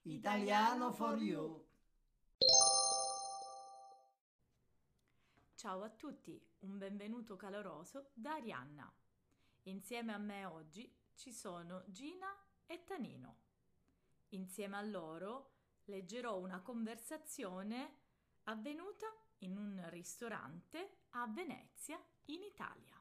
Italiano for you. Ciao a tutti, un benvenuto caloroso da Arianna. Insieme a me oggi ci sono Gina e Tanino. Insieme a loro leggerò una conversazione avvenuta in un ristorante a Venezia, in Italia.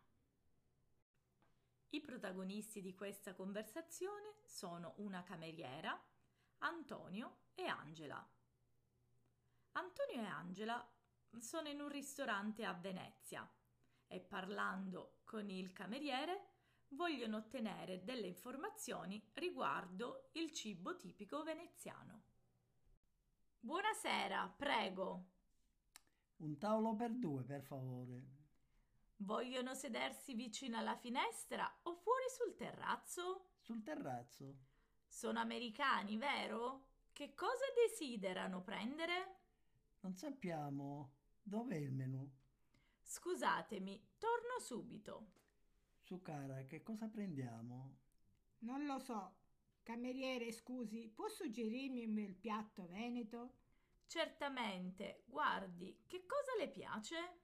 I protagonisti di questa conversazione sono una cameriera, Antonio e Angela. Antonio e Angela sono in un ristorante a Venezia e parlando con il cameriere vogliono ottenere delle informazioni riguardo il cibo tipico veneziano. Buonasera, prego. Un tavolo per due, per favore. Vogliono sedersi vicino alla finestra o fuori sul terrazzo? Sul terrazzo. Sono americani, vero? Che cosa desiderano prendere? Non sappiamo. Dov'è il menù? Scusatemi, torno subito. Su cara, che cosa prendiamo? Non lo so. Cameriere, scusi, può suggerirmi un bel piatto veneto? Certamente, guardi, che cosa le piace?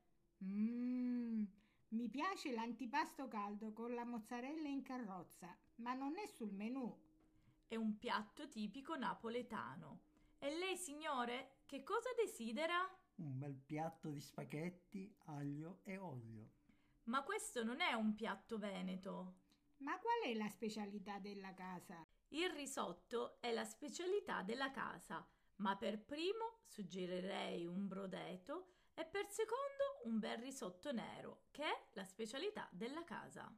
Mi piace l'antipasto caldo con la mozzarella in carrozza, ma non è sul menù. È un piatto tipico napoletano. E lei, signore, che cosa desidera? Un bel piatto di spaghetti, aglio e olio. Ma questo non è un piatto veneto. Ma qual è la specialità della casa? Il risotto è la specialità della casa, ma per primo suggerirei un brodeto e per secondo un bel risotto nero, che è la specialità della casa.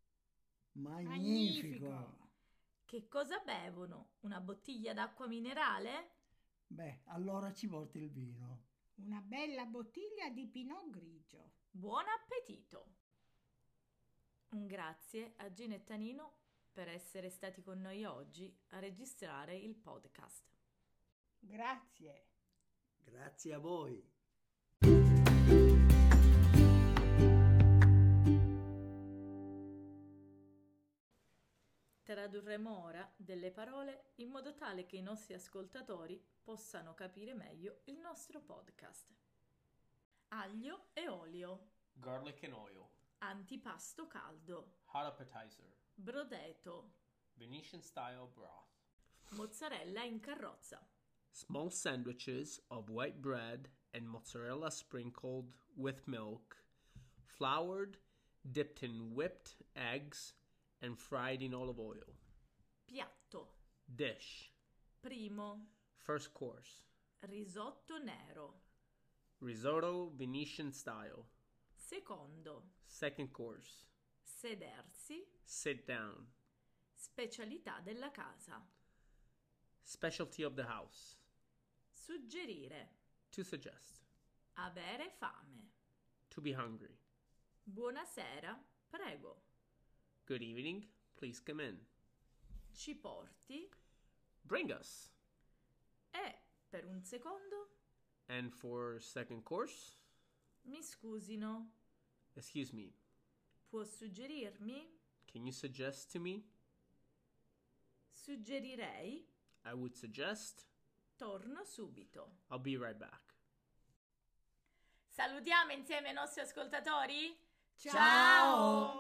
Magnifico! Che cosa bevono? Una bottiglia d'acqua minerale? Beh, allora ci porti il vino. Una bella bottiglia di Pinot Grigio. Buon appetito! Un grazie a Gina e Tanino per essere stati con noi oggi a registrare il podcast. Grazie. Grazie a voi. Tradurremo ora delle parole in modo tale che i nostri ascoltatori possano capire meglio il nostro podcast. Aglio e olio. Garlic and oil. Antipasto caldo. Hot appetizer. Brodeto. Venetian style broth. Mozzarella in carrozza. Small sandwiches of white bread and mozzarella sprinkled with milk, floured, dipped in whipped eggs, and fried in olive oil. Piatto. Dish. Primo. First course. Risotto nero. Risotto Venetian style. Secondo. Second course. Sedersi. Sit down. Specialità della casa. Specialty of the house. Suggerire. To suggest. Avere fame. To be hungry. Buonasera, prego. Good evening. Please come in. Ci porti? Bring us. E per un secondo? And for second course, Mi scusino. excuse me, Può suggerirmi? can you suggest to me? Suggerirei. I would suggest. Torno subito. I'll be right back. Salutiamo insieme i nostri ascoltatori? Ciao!